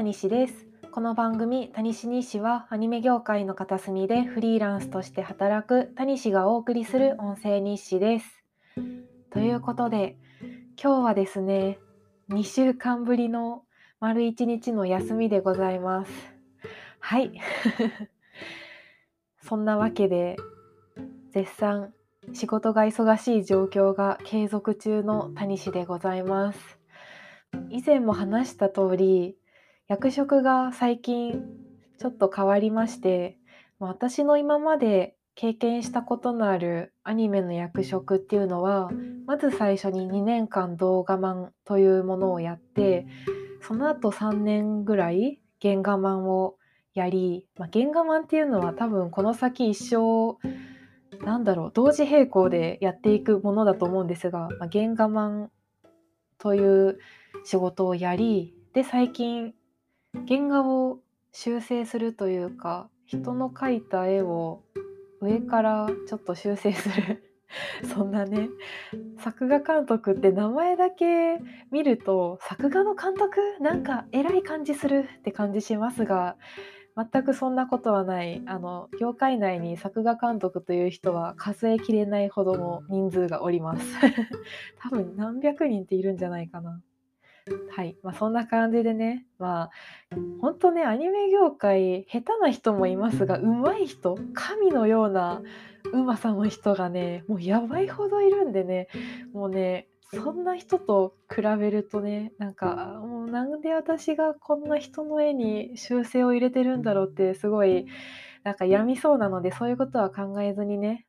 西です。この番組、タニシ西はアニメ業界の片隅でフリーランスとして働くタニシがお送りする音声日誌です。ということで、今日はですね、2週間ぶりの丸1日の休みでございます。はい。そんなわけで、絶賛仕事が忙しい状況が継続中のタニシでございます。以前も話した通り、役職が最近ちょっと変わりまして、私の今まで経験したことのあるアニメの役職っていうのは、まず最初に2年間動画マンというものをやって、その後3年ぐらい原画マンをやり、原画マンっていうのは多分この先一生同時並行でやっていくものだと思うんですが、原画マンという仕事をやり、で最近原画を修正するというか、人の描いた絵を上からちょっと修正するそんなね、作画監督って名前だけ見ると、作画の監督なんか偉い感じするって感じしますが、全くそんなことはない。業界内に作画監督という人は数えきれないほどの人数がおります。多分何百人っているんじゃないかな。はい。そんな感じでね、本当ね、アニメ業界、下手な人もいますが、上手い人、神のような上手さの人がね、もうやばいほどいるんでね、もうね、そんな人と比べるとね、もうなんで私がこんな人の絵に修正を入れてるんだろうってすごい病みそうなので、そういうことは考えずにね、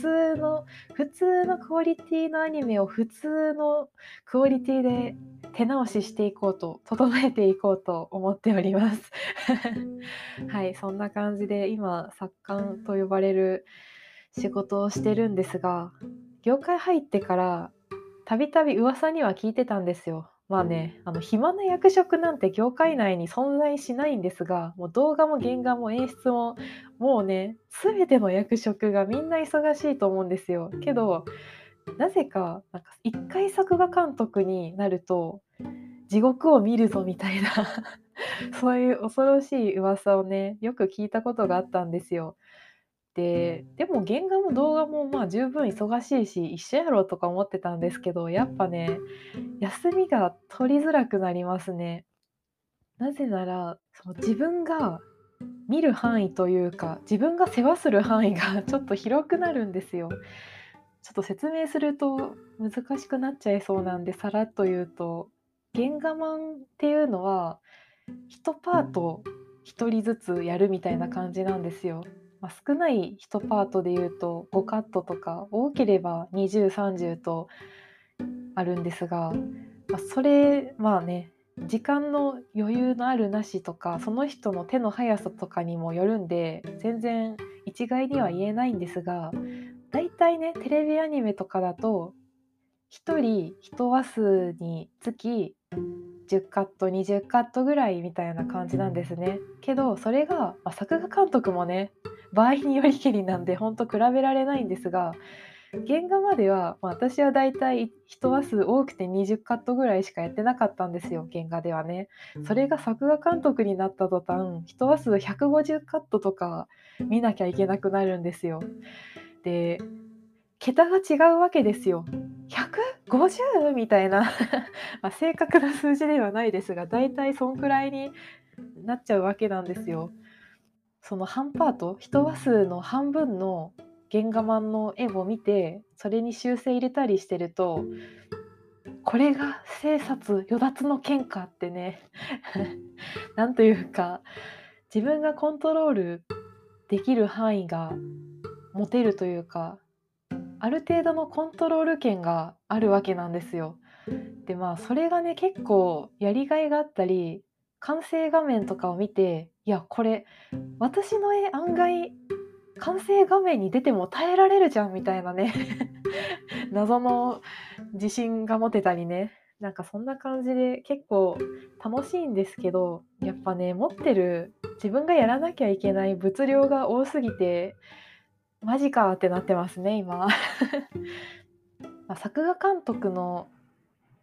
普通のクオリティのアニメを普通のクオリティで手直ししていこうと、整えていこうと思っております。はい、そんな感じで今、作家と呼ばれる仕事をしてるんですが、業界入ってからたびたび噂には聞いてたんですよ。暇な役職なんて業界内に存在しないんですが、もう動画も原画も演出も、もうね、すべての役職がみんな忙しいと思うんですよ。けど、なぜか、一回作画監督になると、地獄を見るぞみたいなそういう恐ろしい噂をね、よく聞いたことがあったんですよ。でも原画も動画も十分忙しいし、一緒やろとか思ってたんですけど、やっぱね、休みが取りづらくなりますね。なぜなら、その自分が見る範囲というか、自分が世話する範囲がちょっと広くなるんですよ。ちょっと説明すると難しくなっちゃいそうなんで、さらっと言うと、原画マンっていうのは、1パート1人ずつやるみたいな感じなんですよ。少ない1パートで言うと5カットとか、多ければ20、30とあるんですが、それ時間の余裕のあるなしとか、その人の手の速さとかにもよるんで、全然一概には言えないんですが、だいたいね、テレビアニメとかだと、1人1話数につき10カット、20カットぐらいみたいな感じなんですね。けど、それが、作画監督もね、場合によりけりなんで、ほんと比べられないんですが、原画までは、私はだいたい1話数多くて20カットぐらいしかやってなかったんですよ、原画ではね。それが作画監督になった途端、1話数150カットとか見なきゃいけなくなるんですよ。で、桁が違うわけですよ。150？ みたいな正確な数字ではないですが、だいたいそんくらいになっちゃうわけなんですよ。その半パート、1話数の半分の原画マンの絵を見て、それに修正入れたりしてると、これが生殺与奪の剣かってね、なんというか、自分がコントロールできる範囲が持てるというか、ある程度のコントロール権があるわけなんですよ。で、それがね、結構やりがいがあったり、完成画面とかを見て、いや、これ、私の絵案外、完成画面に出ても耐えられるじゃんみたいなね謎の自信が持てたりね。そんな感じで結構楽しいんですけど、やっぱね、持ってる自分がやらなきゃいけない物量が多すぎて、マジかってなってますね、今。作画監督の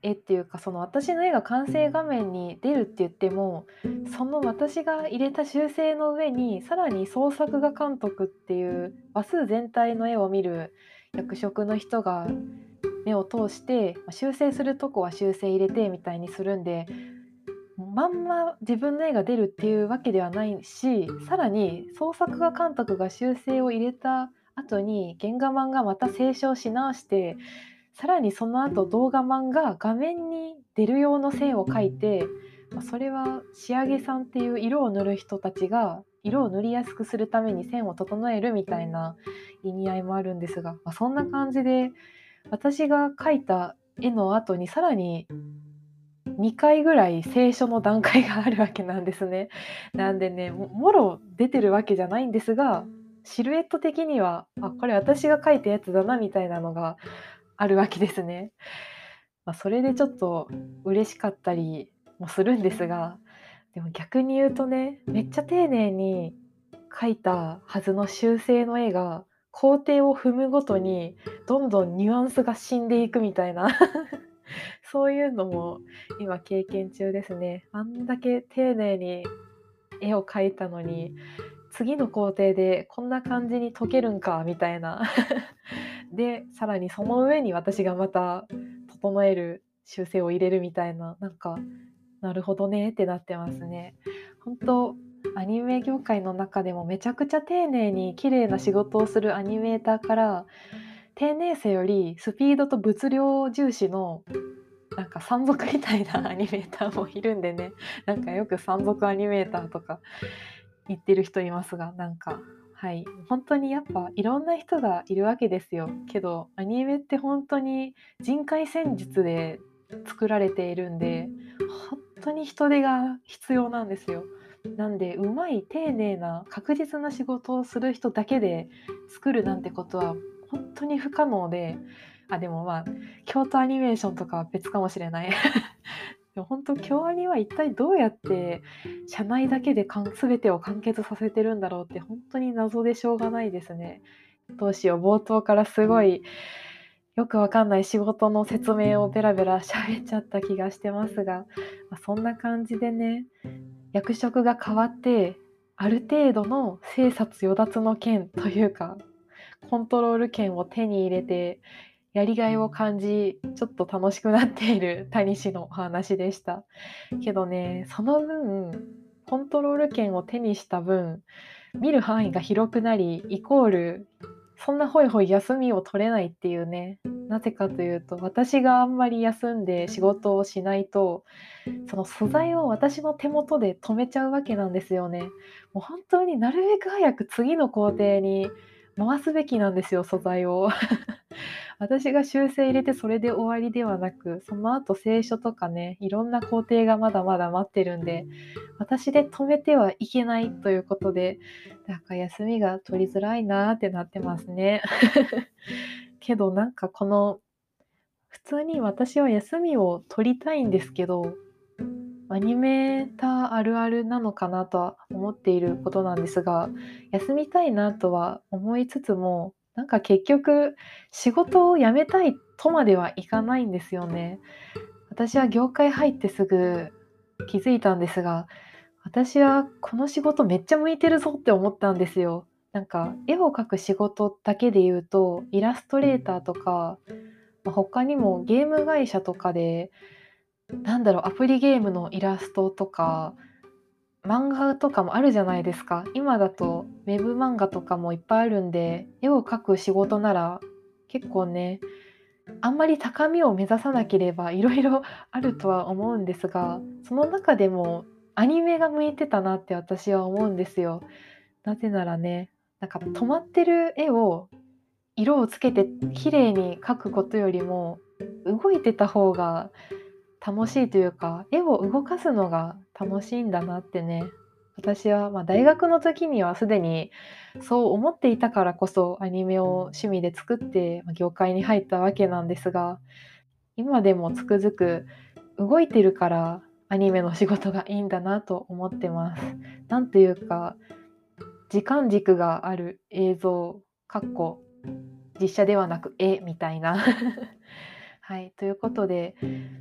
絵っていうか、その私の絵が完成画面に出るって言っても、その私が入れた修正の上にさらに創作画監督っていう話数全体の絵を見る役職の人が目を通して、修正するとこは修正入れてみたいにするんで、まんま自分の絵が出るっていうわけではないし、さらに創作画監督が修正を入れた後に原画マンがまた清書し直して、さらにその後動画マンが画面に出る用の線を描いて、それは仕上げさんっていう色を塗る人たちが色を塗りやすくするために線を整えるみたいな意味合いもあるんですが、そんな感じで私が描いた絵の後にさらに2回ぐらい清書の段階があるわけなんですね。なんでね、もろ出てるわけじゃないんですが、シルエット的には、これ私が描いたやつだなみたいなのがあるわけですね。それでちょっと嬉しかったりもするんですが、でも逆に言うとね、めっちゃ丁寧に描いたはずの修正の絵が、工程を踏むごとにどんどんニュアンスが死んでいくみたいなそういうのも今経験中ですね。あんだけ丁寧に絵を描いたのに、次の工程でこんな感じに解けるんかみたいな。で、さらにその上に私がまた整える修正を入れるみたいな、なんか、なるほどねってなってますね。本当アニメ業界の中でもめちゃくちゃ丁寧に綺麗な仕事をするアニメーターから、丁寧さよりスピードと物量重視のなんか山賊みたいなアニメーターもいるんでね、なんかよく山賊アニメーターとか言ってる人いますが、なんか、はい、本当にやっぱいろんな人がいるわけですよ。けど、アニメって本当に人海戦術で作られているんで、本当に人手が必要なんですよ。なんで、うまい丁寧な確実な仕事をする人だけで作るなんてことは本当に不可能で、でも京都アニメーションとかは別かもしれない。でも本当京アニは一体どうやって社内だけで全てを完結させてるんだろうって本当に謎でしょうがないですね。どうしよう、冒頭からすごいよくわかんない仕事の説明をベラベラ喋っちゃった気がしてますが、そんな感じでね、役職が変わって、ある程度の生殺与奪の権というか、コントロール権を手に入れて、やりがいを感じ、ちょっと楽しくなっている谷氏のお話でした。けどね、その分、コントロール権を手にした分、見る範囲が広くなり、イコール、そんなホイホイ休みを取れないっていうね。なぜかというと、私があんまり休んで仕事をしないと、その素材を私の手元で止めちゃうわけなんですよね。もう本当になるべく早く次の工程に回すべきなんですよ、素材を。私が修正入れてそれで終わりではなく、その後清書とかね、いろんな工程がまだまだ待ってるんで、私で止めてはいけないということで、なんか休みが取りづらいなーってなってますね。けどなんか普通に私は休みを取りたいんですけど、アニメーターあるあるなのかなとは思っていることなんですが、休みたいなとは思いつつも、なんか結局仕事を辞めたいとまではいかないんですよね。私は業界入ってすぐ気づいたんですが、私はこの仕事めっちゃ向いてるぞって思ったんですよ。なんか絵を描く仕事だけで言うと、イラストレーターとか、他にもゲーム会社とかでアプリゲームのイラストとか、漫画とかもあるじゃないですか。今だとウェブ漫画とかもいっぱいあるんで、絵を描く仕事なら結構ね、あんまり高みを目指さなければいろいろあるとは思うんですが、その中でもアニメが向いてたなって私は思うんですよ。なぜならね、なんか止まってる絵を色をつけて綺麗に描くことよりも、動いてた方が楽しいというか、絵を動かすのが楽しいんだなってね、私は、大学の時にはすでにそう思っていたからこそ、アニメを趣味で作って、業界に入ったわけなんですが、今でもつくづく動いてるからアニメの仕事がいいんだなと思ってます。なんというか、時間軸がある映像、実写ではなく絵みたいな。はい、ということで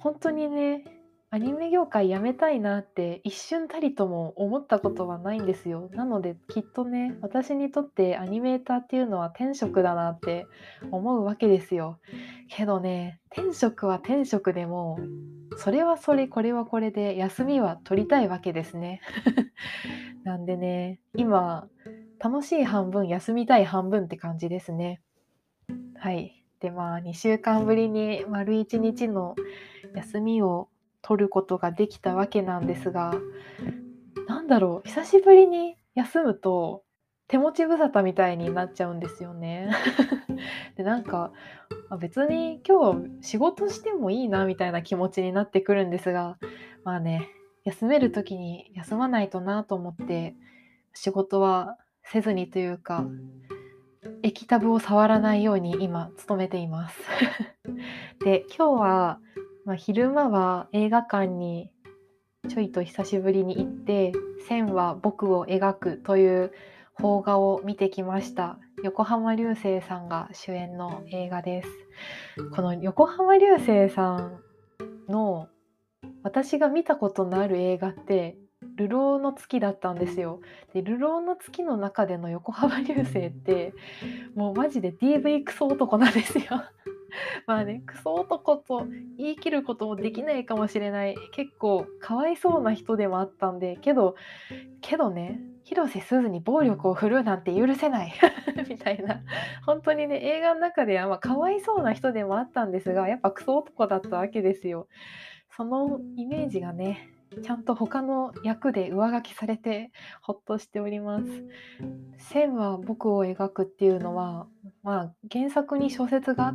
本当にね、アニメ業界辞めたいなって一瞬たりとも思ったことはないんですよ。なのできっとね、私にとってアニメーターっていうのは天職だなって思うわけですよ。けどね、天職は天職でも、それはそれ、これはこれで休みは取りたいわけですね。なんでね、今、楽しい半分、休みたい半分って感じですね。はい。で、2週間ぶりに丸1日の休みを取ることができたわけなんですが、なんだろう、久しぶりに休むと手持ち無沙汰みたいになっちゃうんですよね。で、なんか、別に今日仕事してもいいなみたいな気持ちになってくるんですが、まあね、休める時に休まないとなと思って、仕事はせずにというか、液タブを触らないように今努めています。で、今日は、昼間は映画館にちょいと久しぶりに行って、線は僕を描くという邦画を見てきました。横浜流星さんが主演の映画です。この横浜流星さんの私が見たことのある映画って流浪の月だったんですよ。で、流浪の月の中での横浜流星ってもうマジで DV クソ男なんですよ。まあね、クソ男と言い切ることもできないかもしれない。結構かわいそうな人でもあったんで、けどね、広瀬すずに暴力を振るうなんて許せないみたいな。本当にね、映画の中ではかわいそうな人でもあったんですが、やっぱクソ男だったわけですよ。そのイメージがね、ちゃんと他の役で上書きされてほっとしております。線は僕を描くっていうのは、原作に小説があって、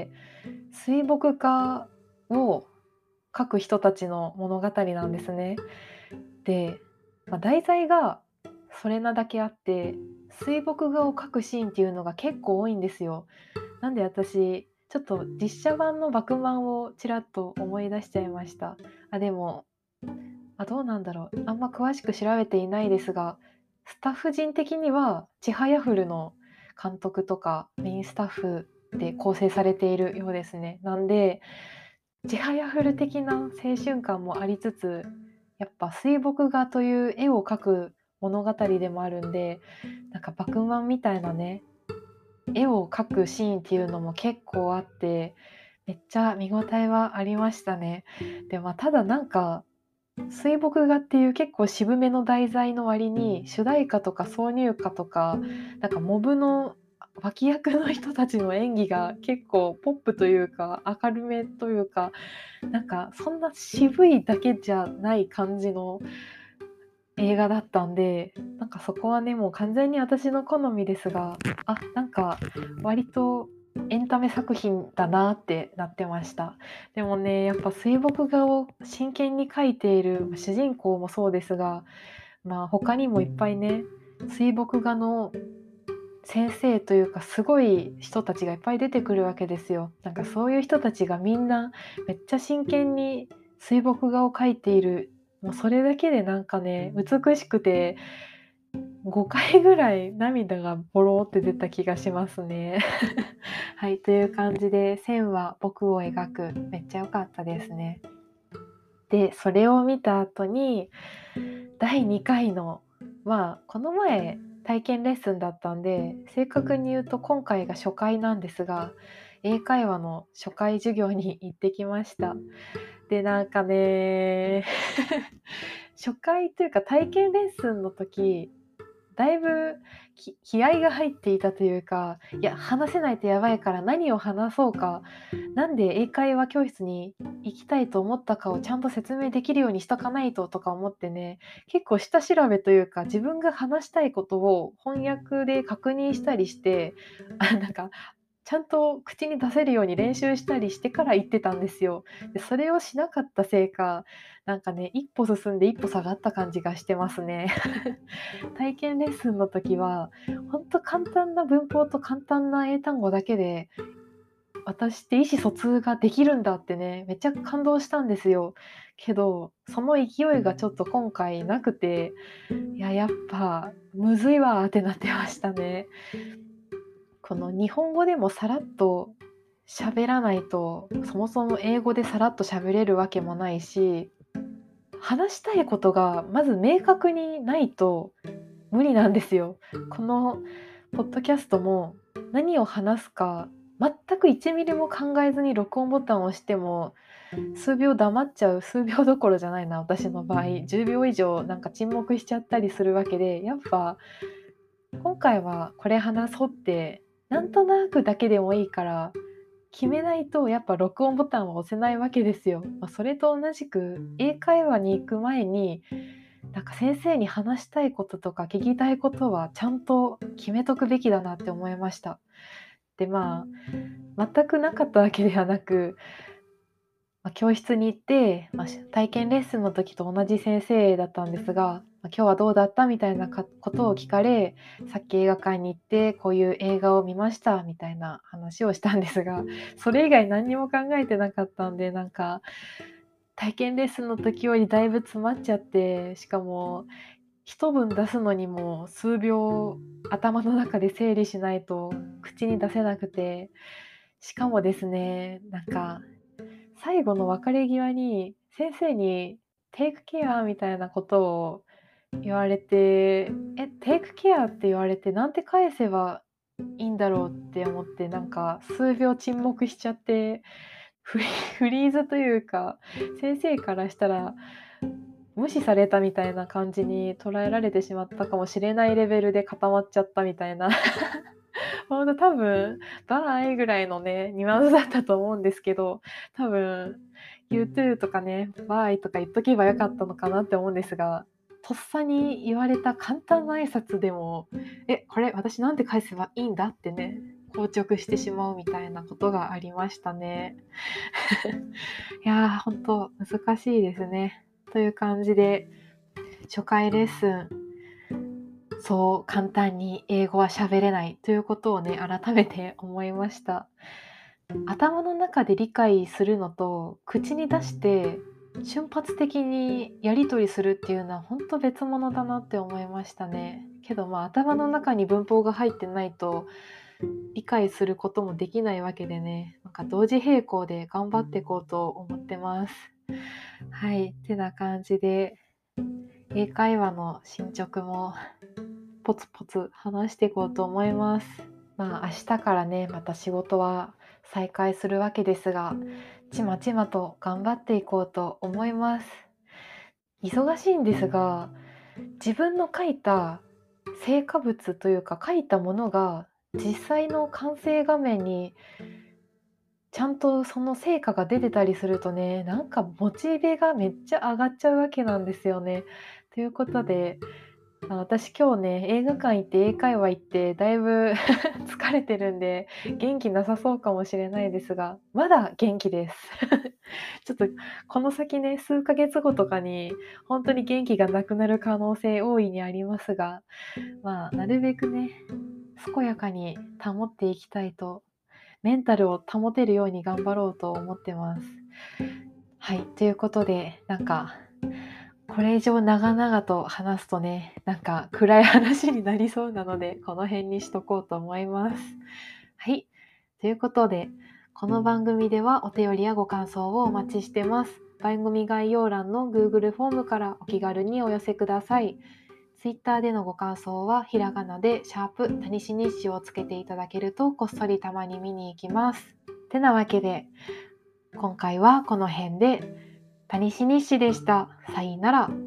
水墨画を描く人たちの物語なんですね。で、題材がそれなだけあって、水墨画を描くシーンっていうのが結構多いんですよ。なんで私、ちょっと実写版のバクマンをちらっと思い出しちゃいました。でも、どうなんだろう。あんま詳しく調べていないですが、スタッフ陣的には、ちはやふるの監督とかメインスタッフで構成されているようですね。なんで、ちはやふる的な青春感もありつつ、やっぱ水墨画という絵を描く物語でもあるんで、なんかバクマンみたいなね、絵を描くシーンっていうのも結構あって、めっちゃ見応えはありましたね。で、ただなんか、水墨画っていう結構渋めの題材の割に、主題歌とか挿入歌とか、なんかモブの脇役の人たちの演技が結構ポップというか、明るめというか、なんかそんな渋いだけじゃない感じの映画だったんで、なんかそこはね、もう完全に私の好みですが、なんか割とエンタメ作品だなってなってました。でもね、やっぱ水墨画を真剣に描いている主人公もそうですが、他にもいっぱいね、水墨画の先生というかすごい人たちがいっぱい出てくるわけですよ。なんかそういう人たちがみんなめっちゃ真剣に水墨画を描いている。もうそれだけでなんかね、美しくて5回ぐらい涙がボローって出た気がしますね。はい、という感じで線は僕を描く、めっちゃ良かったですね。で、それを見た後に第2回の、この前体験レッスンだったんで、正確に言うと今回が初回なんですが、英会話の初回授業に行ってきました。で、なんかね、初回というか体験レッスンの時、だいぶ気合が入っていたというか、いや、話せないとやばいから何を話そうか、なんで英会話教室に行きたいと思ったかをちゃんと説明できるようにしとかないととか思ってね、結構下調べというか、自分が話したいことを翻訳で確認したりして、なんかちゃんと口に出せるように練習したりしてから行ってたんですよ。で、それをしなかったせいか、なんかね、一歩進んで一歩下がった感じがしてますね。体験レッスンの時は、ほんと簡単な文法と簡単な英単語だけで、私って意思疎通ができるんだってね、めっちゃ感動したんですよ。けど、その勢いがちょっと今回なくて、やっぱむずいわーってなってましたね。この日本語でもさらっと喋らないとそもそも英語でさらっと喋れるわけもないし、話したいことがまず明確にないと無理なんですよ。このポッドキャストも何を話すか全く1ミリも考えずに録音ボタンを押しても数秒黙っちゃう、数秒どころじゃないな、私の場合10秒以上なんか沈黙しちゃったりするわけで、やっぱ今回はこれ話そうってなんとなくだけでもいいから決めないとやっぱ録音ボタンは押せないわけですよ。それと同じく英会話に行く前になんか先生に話したいこととか聞きたいことはちゃんと決めとくべきだなって思いました。で全くなかったわけではなく、教室に行って、体験レッスンの時と同じ先生だったんですが、今日はどうだったみたいなことを聞かれ、さっき映画館に行ってこういう映画を見ましたみたいな話をしたんですが、それ以外何にも考えてなかったんで、なんか体験レッスンの時よりだいぶ詰まっちゃって、しかも一文出すのにも数秒頭の中で整理しないと口に出せなくて、しかもですね、なんか最後の別れ際に先生にテイクケアみたいなことを言われて、テイクケアって言われてなんて返せばいいんだろうって思って、なんか数秒沈黙しちゃって、フリフリーズというか、先生からしたら無視されたみたいな感じに捉えられてしまったかもしれないレベルで固まっちゃったみたいな。ほんと多分、バイぐらいのね、ニュアンスだったと思うんですけど、多分、You too とかね、バイとか言っとけばよかったのかなって思うんですが、とっさに言われた簡単な挨拶でも、これ私なんて返せばいいんだってね、硬直してしまうみたいなことがありましたね。いやー、ほんと難しいですね。という感じで、初回レッスン、そう簡単に英語は喋れないということをね、改めて思いました。頭の中で理解するのと、口に出して瞬発的にやり取りするっていうのは本当別物だなって思いましたね。けど頭の中に文法が入ってないと理解することもできないわけでね、なんか同時並行で頑張っていこうと思ってます。はい、てな感じで英会話の進捗もポツポツ話していこうと思います。明日からね、また仕事は再開するわけですが、ちまちまと頑張っていこうと思います。忙しいんですが、自分の書いた成果物というか書いたものが実際の完成画面にちゃんとその成果が出てたりするとね、なんかモチベがめっちゃ上がっちゃうわけなんですよね。ということで、私今日ね、映画館行って英会話行ってだいぶ疲れてるんで、元気なさそうかもしれないですが、まだ元気です。ちょっとこの先ね、数ヶ月後とかに本当に元気がなくなる可能性大いにありますが、なるべくね、健やかに保っていきたいと、メンタルを保てるように頑張ろうと思ってます。はい、ということで、なんかこれ以上長々と話すとね、なんか暗い話になりそうなので、この辺にしとこうと思います。はい。ということで、この番組ではお便りやご感想をお待ちしてます。番組概要欄の Google フォームからお気軽にお寄せください。Twitter でのご感想はひらがなでシャープタニシニッシュをつけていただけるとこっそりたまに見に行きます。てなわけで、今回はこの辺でタニシニッシュでした。さよなら。